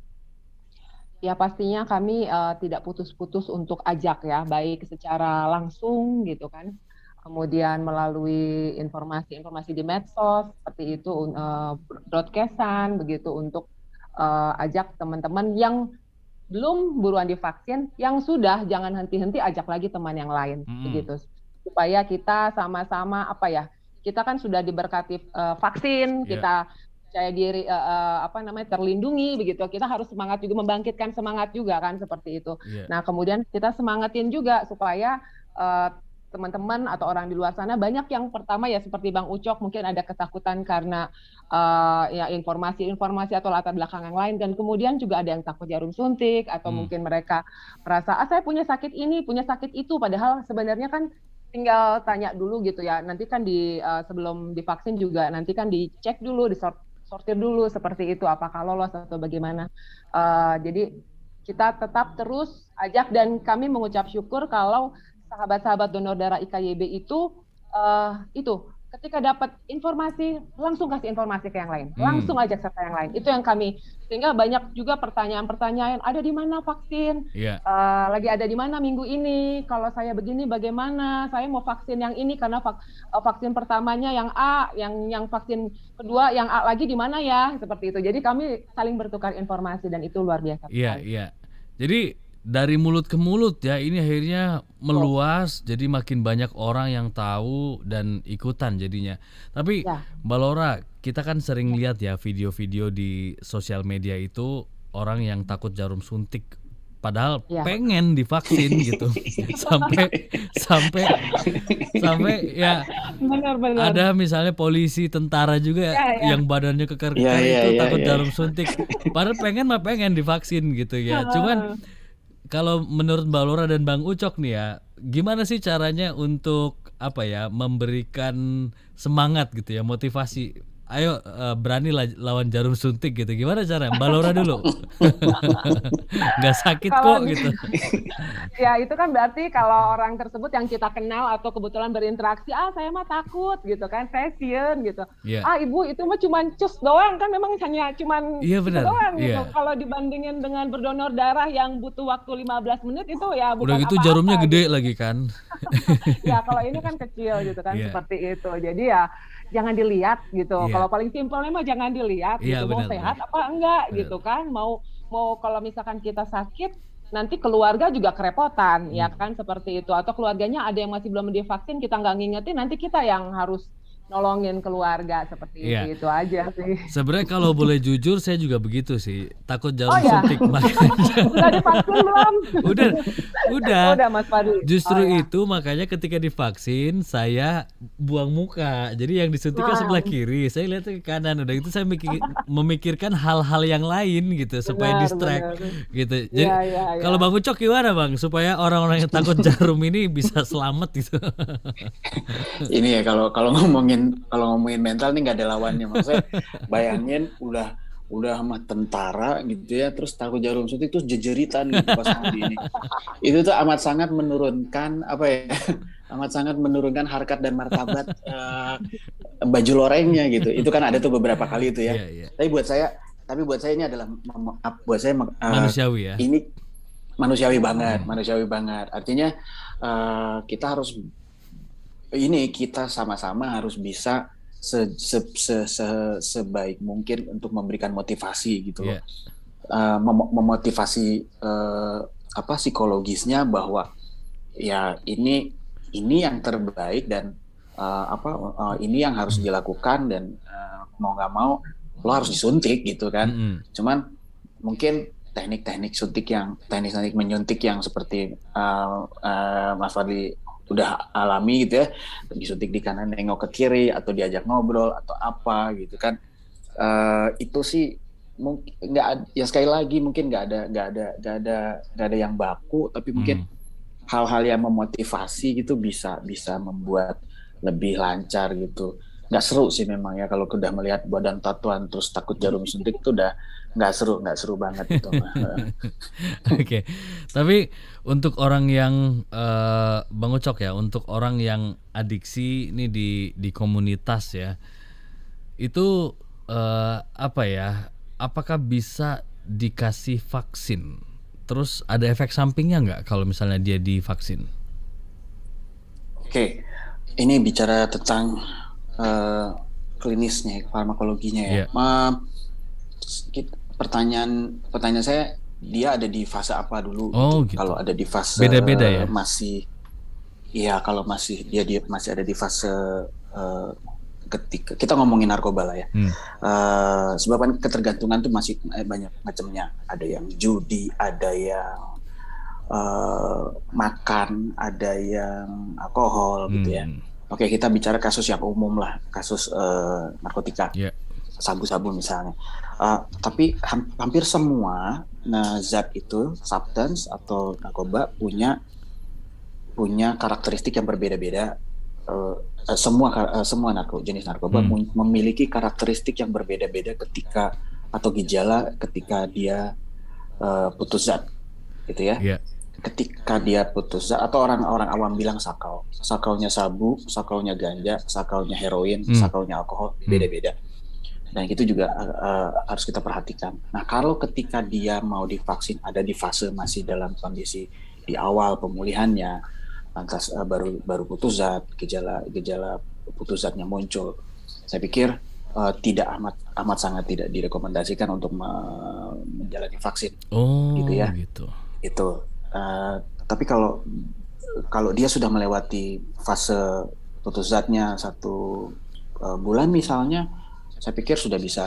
Ya pastinya kami tidak putus-putus untuk ajak ya, baik secara langsung gitu kan, kemudian melalui informasi-informasi di medsos seperti itu, broadcastan begitu untuk ajak teman-teman yang belum buruan divaksin, yang sudah jangan henti-henti ajak lagi teman yang lain begitu, supaya kita sama-sama kita kan sudah diberkati vaksin, kita percaya diri terlindungi begitu, kita harus semangat juga, membangkitkan semangat juga kan seperti itu. Nah kemudian kita semangatin juga supaya teman-teman atau orang di luar sana banyak yang pertama ya seperti Bang Ucok mungkin ada ketakutan karena informasi-informasi atau latar belakang yang lain, dan kemudian juga ada yang takut jarum suntik atau mungkin mereka merasa saya punya sakit ini, punya sakit itu, padahal sebenarnya kan tinggal tanya dulu gitu ya, nanti kan sebelum divaksin juga nanti kan dicek dulu, disortir dulu seperti itu apakah lolos atau bagaimana. Jadi kita tetap terus ajak, dan kami mengucap syukur kalau sahabat-sahabat donor darah IKYB itu ketika dapat informasi langsung kasih informasi ke yang lain, langsung ajak serta yang lain. Itu yang kami, sehingga banyak juga pertanyaan-pertanyaan, ada di mana vaksin, lagi ada di mana minggu ini, kalau saya begini bagaimana, saya mau vaksin yang ini karena vaksin pertamanya yang A, yang vaksin kedua yang A lagi di mana ya, seperti itu. Jadi kami saling bertukar informasi dan itu luar biasa. Iya. Jadi dari mulut ke mulut ya, ini akhirnya meluas, jadi makin banyak orang yang tahu dan ikutan jadinya. Tapi Mbak Laura, kita kan sering lihat ya video-video di sosial media itu orang yang takut jarum suntik padahal pengen divaksin gitu. sampai ya benar. Ada misalnya polisi, tentara juga yang badannya kekar-kekar itu takut jarum suntik padahal pengen divaksin gitu ya. Cuman kalau menurut Mbak Laura dan Bang Ucok nih ya, gimana sih caranya untuk memberikan semangat gitu ya, motivasi? Ayo berani lawan jarum suntik gitu. Gimana cara? Mbak Laura dulu. Nggak sakit kok gitu. Ya itu kan berarti kalau orang tersebut yang kita kenal atau kebetulan berinteraksi, saya mah takut gitu kan, passion gitu. Ibu itu mah cuman cus doang kan, memang hanya cuman doang gitu. Kalau dibandingin dengan berdonor darah yang butuh waktu 15 menit itu ya bukan udah gitu apa-apa, jarumnya gede gitu lagi kan. Ya kalau ini kan kecil gitu kan, seperti itu. Jadi ya jangan dilihat gitu. Kalau paling simpelnya mah jangan dilihat gitu. Mau sehat apa enggak gitu kan. Mau kalau misalkan kita sakit, nanti keluarga juga kerepotan ya kan, seperti itu. Atau keluarganya ada yang masih belum divaksin, kita nggak ngingetin, nanti kita yang harus nolongin keluarga seperti itu aja sih. Sebenarnya kalau boleh jujur saya juga begitu sih, takut jarum suntik. Udah divaksin belum? Udah Mas Fadli. Justru itu makanya ketika divaksin saya buang muka, jadi yang disuntiknya sebelah kiri, saya lihat ke kanan. Udah itu saya memikirkan hal-hal yang lain gitu supaya distract gitu. Jadi kalau Bang Ucok gimana Bang supaya orang-orang yang takut jarum ini bisa selamat gitu? Ini ya kalau ngomongin mental nih nggak ada lawannya. Maksudnya bayangin udah sama tentara gitu ya, terus takut jarum suntik terus jejeritan gitu pas hari ini. Itu tuh amat sangat menurunkan harkat dan martabat baju lorengnya gitu. Itu kan ada tuh beberapa kali itu ya. Tapi buat saya ini adalah manusiawi ya. Ini manusiawi banget. Artinya kita harus kita sama-sama harus bisa sebaik mungkin untuk memberikan motivasi gitu loh. Memotivasi psikologisnya bahwa ya ini yang terbaik dan ini yang harus dilakukan, dan mau nggak mau lo harus disuntik gitu kan. Cuman mungkin teknik-teknik menyuntik yang seperti Mas Fadli udah alami gitu ya, disuntik di kanan nengok ke kiri atau diajak ngobrol atau apa gitu kan, itu sih mungkin nggak, ya sekali lagi mungkin nggak ada yang baku, tapi mungkin hal-hal yang memotivasi gitu bisa membuat lebih lancar gitu. Nggak seru sih memang ya kalau udah melihat badan tatuan terus takut jarum suntik itu udah nggak seru banget gitu. Oke, tapi untuk orang yang Bang Ucok ya, untuk orang yang adiksi ini di komunitas ya, itu apa ya? Apakah bisa dikasih vaksin? Terus ada efek sampingnya nggak kalau misalnya dia divaksin? Oke, ini bicara tentang klinisnya, farmakologinya ya. Yeah. Pertanyaan saya, dia ada di fase apa dulu? Oh, gitu. Kalau ada di fase beda-beda ya? Masih, iya kalau dia masih ada di fase ketika kita ngomongin narkoba lah ya. Sebab kan ketergantungan tuh masih banyak macamnya. Ada yang judi, ada yang makan, ada yang alkohol gitu ya. Oke, kita bicara kasus yang umum lah, kasus narkotika, sabu-sabu misalnya. Tapi hampir semua zat itu, substance atau narkoba punya karakteristik yang berbeda-beda. Semua jenis narkoba memiliki karakteristik yang berbeda-beda atau gejala ketika dia putus zat, gitu ya. Yeah. Ketika dia putus zat, atau orang-orang awam bilang sakaunya sabu, sakaunya ganja, sakaunya heroin, sakaunya alkohol, beda-beda. Dan itu juga harus kita perhatikan. Nah, kalau ketika dia mau divaksin, ada di fase masih dalam kondisi di awal pemulihannya, lantas baru putus zat, gejala putus zatnya muncul, saya pikir tidak amat sangat tidak direkomendasikan untuk menjalani vaksin. Gitu ya. Gitu. Itu. Tapi kalau dia sudah melewati fase putus zatnya 1 bulan misalnya, saya pikir sudah bisa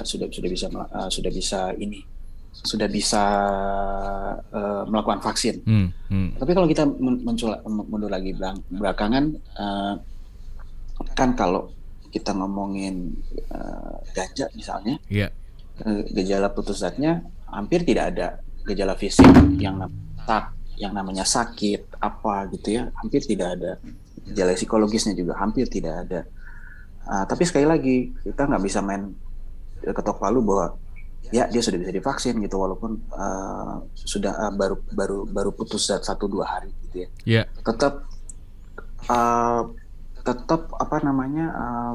melakukan vaksin. Tapi kalau kita mundur lagi belakangan, kan kalau kita ngomongin ganja misalnya, gejala putus zatnya hampir tidak ada gejala fisik yang namanya sakit apa gitu ya, hampir tidak ada. Gejala psikologisnya juga hampir tidak ada. Tapi sekali lagi kita nggak bisa main ketok palu bahwa ya dia sudah bisa divaksin gitu, walaupun sudah baru putus 1-2 hari gitu ya. Tetap apa namanya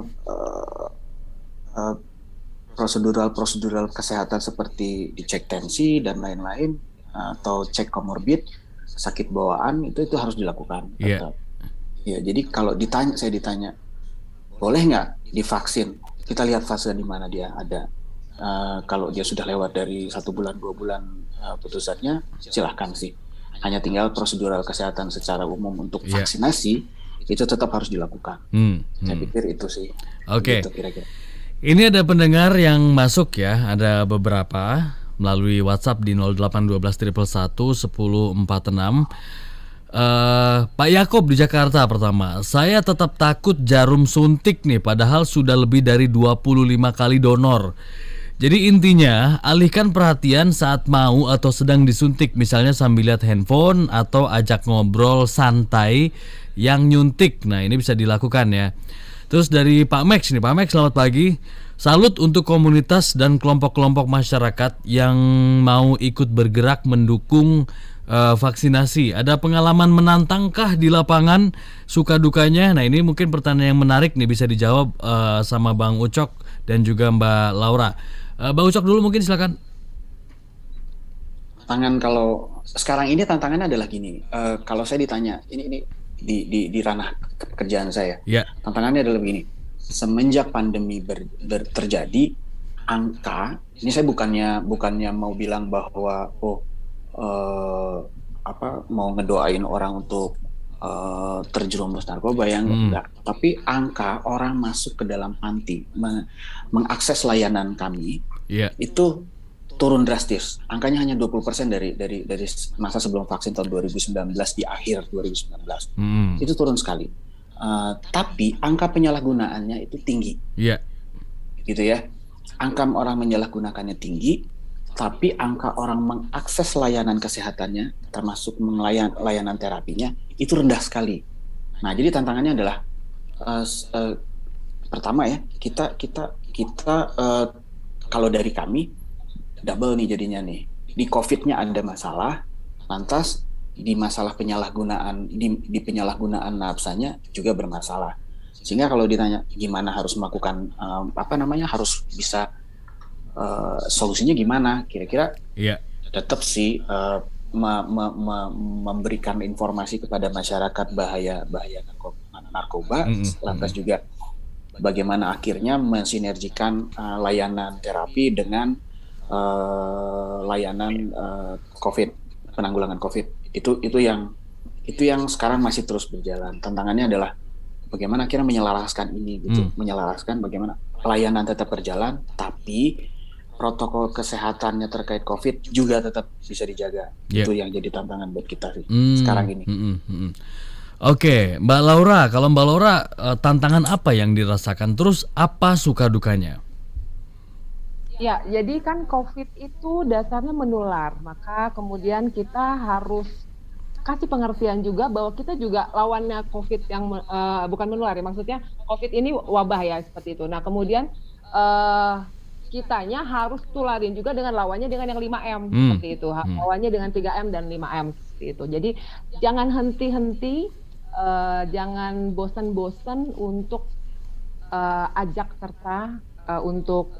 prosedural kesehatan seperti dicek tensi dan lain-lain, atau cek komorbid, sakit bawaan, itu harus dilakukan. Tetap. Ya, jadi kalau saya ditanya boleh nggak divaksin, kita lihat fase di mana dia ada. Kalau dia sudah lewat dari 1 bulan 2 bulan putus zatnya, silahkan sih. Hanya tinggal prosedural kesehatan secara umum untuk vaksinasi itu tetap harus dilakukan. Saya pikir itu sih. Oke. Gitu kira-kira. Ini ada pendengar yang masuk ya, ada beberapa melalui WhatsApp di 0812 111 1046. Pak Yakob di Jakarta pertama, saya tetap takut jarum suntik nih, padahal sudah lebih dari 25 kali donor. Jadi intinya alihkan perhatian saat mau atau sedang disuntik, misalnya sambil lihat handphone atau ajak ngobrol santai yang nyuntik. Nah, ini bisa dilakukan ya. Terus dari Pak Max nih, Pak Max selamat pagi. Salut untuk komunitas dan kelompok-kelompok masyarakat yang mau ikut bergerak mendukung vaksinasi. Ada pengalaman menantangkah di lapangan, suka dukanya? Nah, ini mungkin pertanyaan yang menarik nih, bisa dijawab sama Bang Ucok dan juga Mbak Laura. Bang Ucok dulu mungkin silakan. Kalau sekarang ini tantangannya adalah gini. Kalau saya ditanya, ini di ranah pekerjaan saya. Tantangannya adalah begini. Semenjak pandemi terjadi, angka ini, saya bukannya mau bilang bahwa mau ngedoain orang untuk terjerumus narkoba, yang enggak, tapi angka orang masuk ke dalam panti mengakses layanan kami itu turun drastis. Angkanya hanya 20% dari masa sebelum vaksin tahun 2019, di akhir 2019. Itu turun sekali. Tapi angka penyalahgunaannya itu tinggi. Gitu ya. Angka orang menyalahgunakannya tinggi, tapi angka orang mengakses layanan kesehatannya, termasuk layanan terapinya, itu rendah sekali. Nah, jadi tantangannya adalah Pertama ya, kita kalau dari kami double nih jadinya nih. Di COVID-nya ada masalah, lantas di masalah penyalahgunaan di penyalahgunaan nafsanya juga bermasalah. Sehingga kalau ditanya gimana harus melakukan harus bisa solusinya gimana? Kira-kira tetap sih memberikan informasi kepada masyarakat bahaya narkoba, lantas juga bagaimana akhirnya mensinergikan layanan terapi dengan layanan COVID, penanggulangan COVID. Itu yang sekarang masih terus berjalan. Tantangannya adalah bagaimana akhirnya menyelaraskan ini gitu, menyelaraskan bagaimana pelayanan tetap berjalan, tapi protokol kesehatannya terkait COVID juga tetap bisa dijaga. Itu yang jadi tantangan buat kita sih sekarang ini. Oke, Mbak Laura, kalau Mbak Laura tantangan apa yang dirasakan? Terus apa suka dukanya? Ya, jadi kan COVID itu dasarnya menular, maka kemudian kita harus kasih pengertian juga bahwa kita juga lawannya COVID yang bukan menular ya, maksudnya COVID ini wabah ya seperti itu. Nah kemudian kitanya harus tularin juga dengan lawannya dengan yang 5M seperti itu, lawannya dengan 3M dan 5M seperti itu. Jadi jangan henti-henti, jangan bosan-bosan untuk ajak serta untuk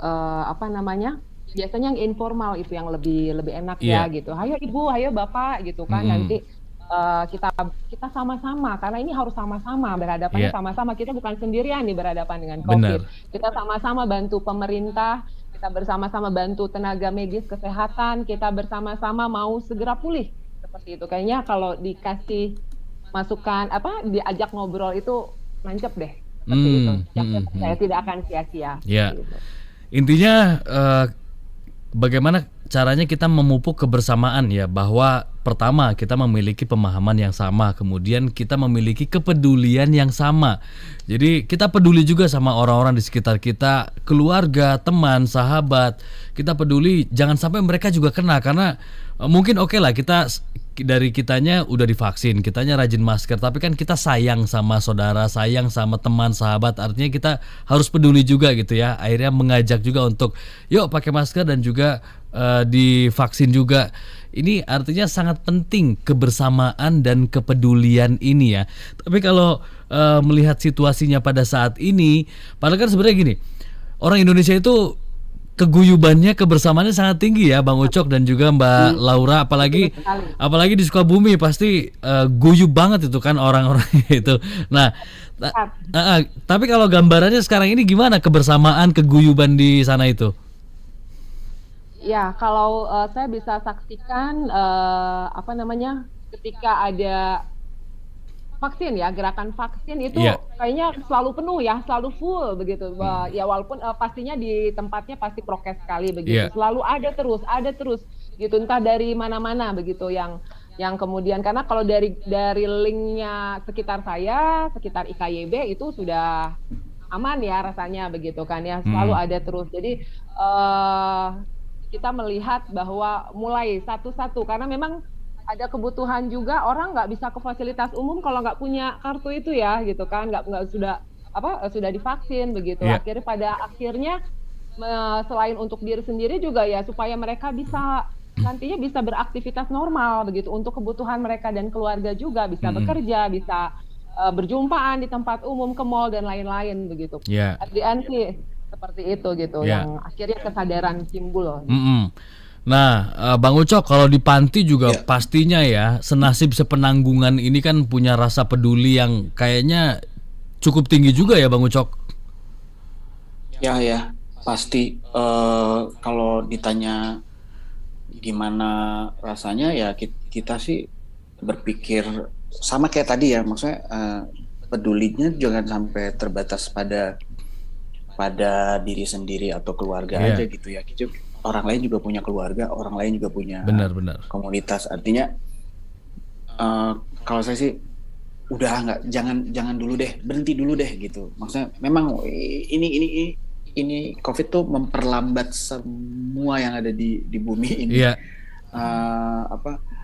biasanya yang informal itu yang lebih enak ya gitu. Hayo ibu, hayo bapak gitu kan, nanti kita sama-sama, karena ini harus sama-sama berhadapannya sama-sama. Kita bukan sendirian nih berhadapan dengan COVID. Kita sama-sama bantu pemerintah, kita bersama-sama bantu tenaga medis kesehatan, kita bersama-sama mau segera pulih seperti itu. Kayaknya kalau dikasih masukan diajak ngobrol itu nancep deh. Seperti itu. Saya tidak akan sia-sia. Gitu. Intinya bagaimana caranya kita memupuk kebersamaan ya, bahwa pertama kita memiliki pemahaman yang sama, kemudian kita memiliki kepedulian yang sama. Jadi kita peduli juga sama orang-orang di sekitar kita, keluarga, teman, sahabat. Kita peduli jangan sampai mereka juga kena, karena mungkin oke lah kita dari kitanya udah divaksin, kitanya rajin masker, tapi kan kita sayang sama saudara, sayang sama teman, sahabat, artinya kita harus peduli juga gitu ya. Akhirnya mengajak juga untuk yuk pakai masker dan juga divaksin juga. Ini artinya sangat penting kebersamaan dan kepedulian ini ya. Tapi kalau melihat situasinya pada saat ini, padahal kan sebenarnya gini, orang Indonesia itu keguyubannya, kebersamaannya sangat tinggi ya, Bang Ucok dan juga Mbak Laura, apalagi di Sukabumi pasti guyub banget itu kan orang-orang itu. Nah, tapi kalau gambarannya sekarang ini gimana kebersamaan, keguyuban di sana itu? Ya, kalau saya bisa saksikan ketika ada vaksin ya, gerakan vaksin itu kayaknya selalu penuh ya, selalu full begitu. Ya walaupun pastinya di tempatnya pasti prokes sekali begitu. Selalu ada terus gitu, entah dari mana-mana begitu yang kemudian, karena kalau dari linknya sekitar saya, sekitar IKYB itu sudah aman ya rasanya begitu kan ya, selalu ada terus. Jadi kita melihat bahwa mulai satu-satu, karena memang ada kebutuhan juga, orang nggak bisa ke fasilitas umum kalau nggak punya kartu itu ya gitu kan, nggak sudah divaksin begitu. Akhirnya selain untuk diri sendiri juga ya, supaya mereka bisa nantinya bisa beraktivitas normal begitu, untuk kebutuhan mereka dan keluarga juga bisa bekerja, bisa berjumpaan di tempat umum, ke mall dan lain-lain begitu. At the end sih seperti itu gitu, yang akhirnya kesadaran timbul. Nah, Bang Ucok, kalau di panti juga pastinya ya senasib sepenanggungan ini kan punya rasa peduli yang kayaknya cukup tinggi juga ya, Bang Ucok. Ya, pasti. Kalau ditanya gimana rasanya ya, kita sih berpikir sama kayak tadi ya, maksudnya pedulinya jangan sampai terbatas pada diri sendiri atau keluarga aja gitu ya. Orang lain juga punya keluarga, orang lain juga punya komunitas. Artinya kalau saya sih udah jangan dulu deh, berhenti dulu deh gitu. Maksudnya memang ini COVID tuh memperlambat semua yang ada di bumi ini.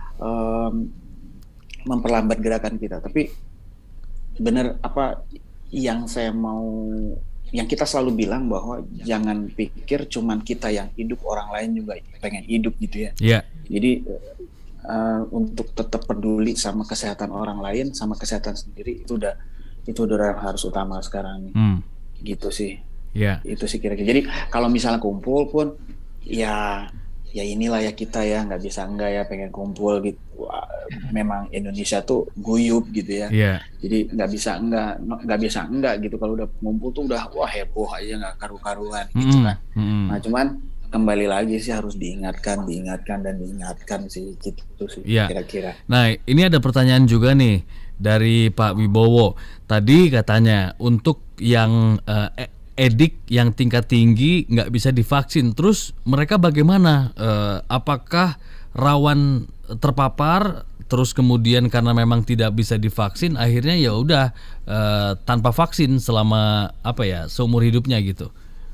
Memperlambat gerakan kita. Tapi bener yang saya mau, yang kita selalu bilang bahwa jangan pikir cuman kita yang hidup, orang lain juga pengen hidup gitu ya. Iya. Jadi untuk tetap peduli sama kesehatan orang lain, sama kesehatan sendiri, itu udah yang harus utama sekarang nih. Gitu sih. Iya. Itu sih kira-kira. Jadi kalau misalnya kumpul pun ya inilah ya kita ya, nggak bisa enggak ya pengen kumpul gitu. Wah, memang Indonesia tuh guyup gitu ya. Iya. Jadi nggak bisa enggak gitu. Kalau udah ngumpul tuh udah wah heboh aja, nggak karu-karuan gitu kan. Nah cuman kembali lagi sih harus diingatkan sih gitu sih kira-kira. Nah ini ada pertanyaan juga nih dari Pak Wibowo. Tadi katanya untuk yang edik yang tingkat tinggi nggak bisa divaksin, terus mereka bagaimana? Apakah rawan terpapar? Terus kemudian karena memang tidak bisa divaksin, akhirnya ya udah tanpa vaksin selama seumur hidupnya gitu.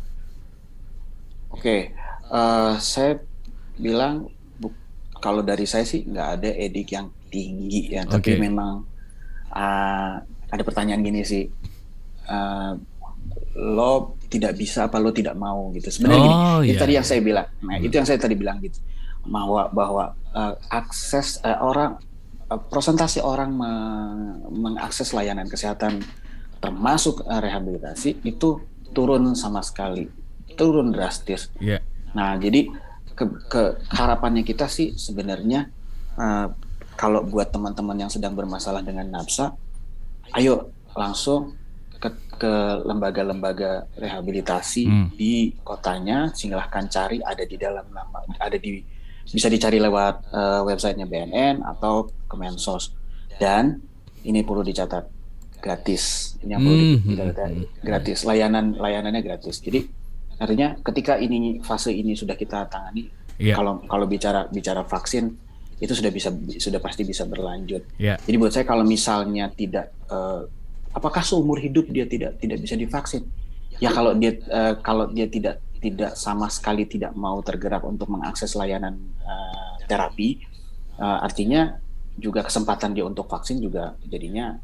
Oke, saya bilang kalau dari saya sih nggak ada edik yang tinggi ya, tapi memang ada pertanyaan gini sih, lo tidak bisa apa lo tidak mau gitu. Sebenarnya itu tadi yang saya bilang. Nah itu yang saya tadi bilang gitu, bahwa akses prosentase orang mengakses layanan kesehatan termasuk rehabilitasi itu turun sama sekali, turun drastis. Nah jadi harapannya kita sih sebenarnya kalau buat teman-teman yang sedang bermasalah dengan nafsa, ayo langsung ke lembaga-lembaga rehabilitasi di kotanya, silahkan cari, ada di dalam nama, bisa dicari lewat websitenya BNN atau Kemensos. Dan ini perlu dicatat, gratis. Ini yang perlu dicatat, gratis. Layanannya gratis. Jadi artinya ketika fase ini sudah kita tangani, kalau bicara vaksin itu sudah pasti bisa berlanjut. Jadi buat saya kalau misalnya tidak apakah seumur hidup dia tidak bisa divaksin? Ya kalau dia tidak sama sekali tidak mau tergerak untuk mengakses layanan terapi, artinya juga kesempatan dia untuk vaksin juga jadinya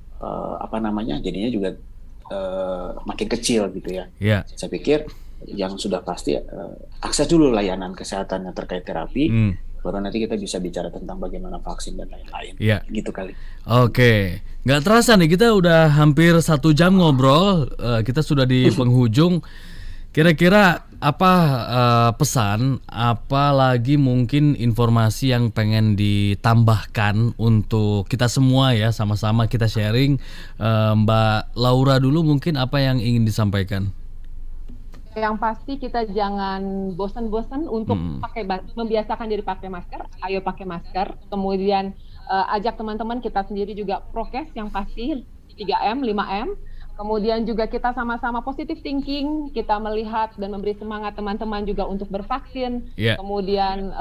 jadinya juga makin kecil gitu ya. Saya pikir yang sudah pasti akses dulu layanan kesehatan yang terkait terapi. Baru nanti kita bisa bicara tentang bagaimana vaksin dan lain-lain. Gitu kali. Oke, nggak terasa nih kita udah hampir 1 jam ngobrol. Kita sudah di penghujung. Kira-kira apa pesan, apalagi mungkin informasi yang pengen ditambahkan untuk kita semua ya, sama-sama kita sharing. Mbak Laura dulu mungkin apa yang ingin disampaikan? Yang pasti kita jangan bosan-bosan untuk membiasakan diri pakai masker. Ayo pakai masker. Kemudian ajak teman-teman kita sendiri juga prokes yang pasti 3M, 5M. Kemudian juga kita sama-sama positive thinking. Kita melihat dan memberi semangat teman-teman juga untuk bervaksin. Kemudian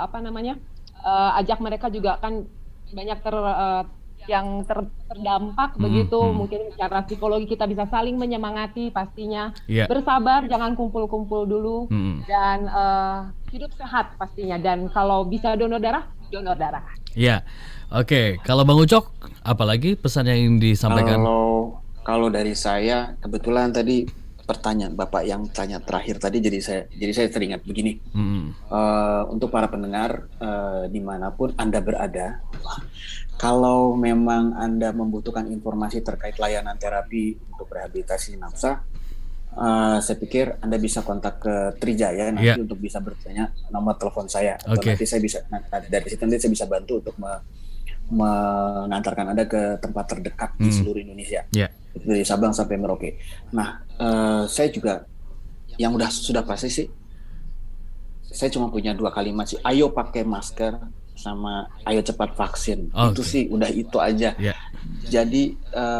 ajak mereka juga kan banyak yang terdampak begitu, mungkin secara psikologi kita bisa saling menyemangati pastinya. Bersabar, jangan kumpul-kumpul dulu, dan hidup sehat pastinya. Dan kalau bisa donor darah. Oke. Kalau Bang Ucok, apalagi pesan yang ingin disampaikan? Kalau dari saya, kebetulan tadi pertanyaan Bapak yang tanya terakhir tadi, jadi saya teringat begini. Untuk para pendengar dimanapun Anda berada, kalau memang Anda membutuhkan informasi terkait layanan terapi untuk rehabilitasi nafsa, saya pikir Anda bisa kontak ke Trijaya nanti untuk bisa bertanya, nomor telepon saya. Atau nanti saya bisa, dari situ nanti saya bisa bantu untuk mengantarkan Anda ke tempat terdekat di seluruh Indonesia. Dari Sabang sampai Merauke. Nah, saya juga yang sudah pasti sih, saya cuma punya 2 kalimat sih. Ayo pakai masker sama ayo cepat vaksin. Itu sih udah itu aja. Jadi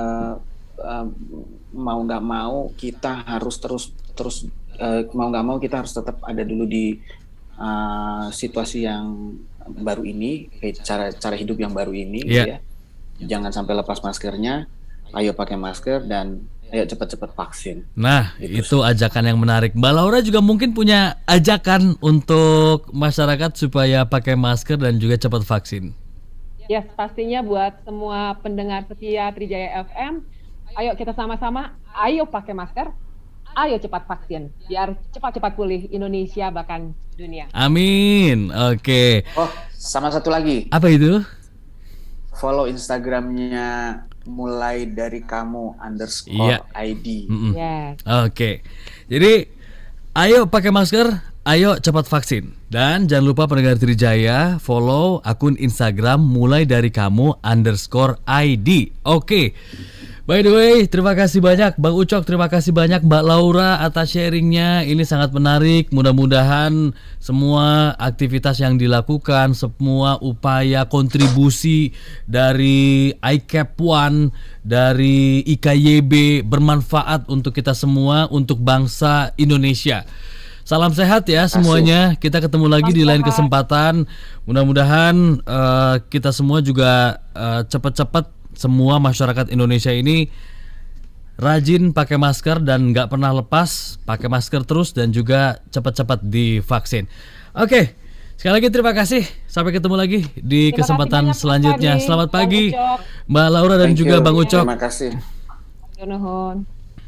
mau nggak mau kita harus terus mau nggak mau kita harus tetap ada dulu di situasi yang baru ini, cara hidup yang baru ini, gitu ya. Jangan sampai lepas maskernya. Ayo pakai masker dan ayo cepat-cepat vaksin. Nah, itu ajakan yang menarik. Mbak Laura juga mungkin punya ajakan untuk masyarakat supaya pakai masker dan juga cepat vaksin. Pastinya buat semua pendengar setia Trijaya FM, Ayo kita sama-sama, ayo pakai masker, ayo cepat vaksin, biar cepat-cepat pulih Indonesia bahkan dunia. Amin. Oke. Oh, sama satu lagi. Apa itu? Follow Instagramnya mulai dari kamu _ID. Yes. Oke. Jadi ayo pakai masker, ayo cepat vaksin. Dan jangan lupa pendengar Trijaya follow akun Instagram mulai dari kamu _ID. Oke. By the way, terima kasih banyak Bang Ucok, terima kasih banyak Mbak Laura atas sharingnya. Ini sangat menarik. Mudah-mudahan semua aktivitas yang dilakukan, semua upaya kontribusi dari ICAP One, dari IKYB bermanfaat untuk kita semua, untuk bangsa Indonesia. Salam sehat ya semuanya. Kita ketemu lagi di lain kesempatan. Mudah-mudahan kita semua juga cepat-cepat semua masyarakat Indonesia ini rajin pakai masker dan nggak pernah lepas pakai masker terus, dan juga cepat-cepat divaksin. Oke, sekali lagi terima kasih. Sampai ketemu lagi di kesempatan selanjutnya. Selamat pagi Mbak Laura dan juga Bang Ucok. Terima kasih. Nuhun.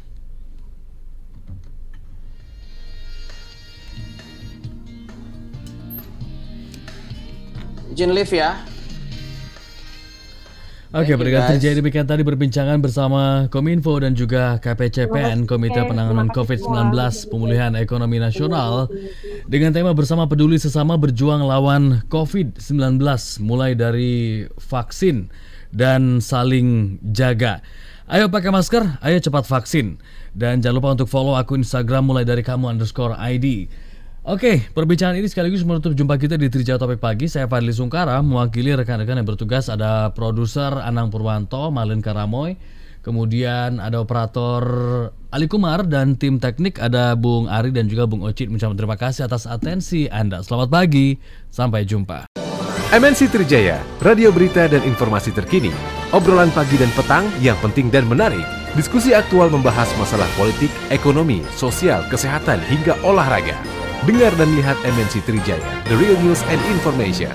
Izin live ya. Oke, pendengar Trijaya, demikian tadi perbincangan bersama Kominfo dan juga KPCPN, Komite Penanganan COVID-19 Pemulihan Ekonomi Nasional, dengan tema bersama peduli sesama berjuang lawan COVID-19, mulai dari vaksin dan saling jaga. Ayo pakai masker, ayo cepat vaksin. Dan jangan lupa untuk follow akun Instagram mulai dari kamu _ID. Oke, perbincangan ini sekaligus menutup jumpa kita di Trijaya Topik Pagi. Saya Fadli Sungkara, mewakili rekan-rekan yang bertugas. Ada produser Anang Purwanto, Malin Karamoy, kemudian ada operator Ali Kumar, dan tim teknik ada Bung Ari dan juga Bung Ocit. Mengucapkan terima kasih atas atensi Anda. Selamat pagi, sampai jumpa. MNC Trijaya, radio berita dan informasi terkini. Obrolan pagi dan petang yang penting dan menarik. Diskusi aktual membahas masalah politik, ekonomi, sosial, kesehatan, hingga olahraga. Dengar dan lihat MNC Trijaya, The Real News and Information.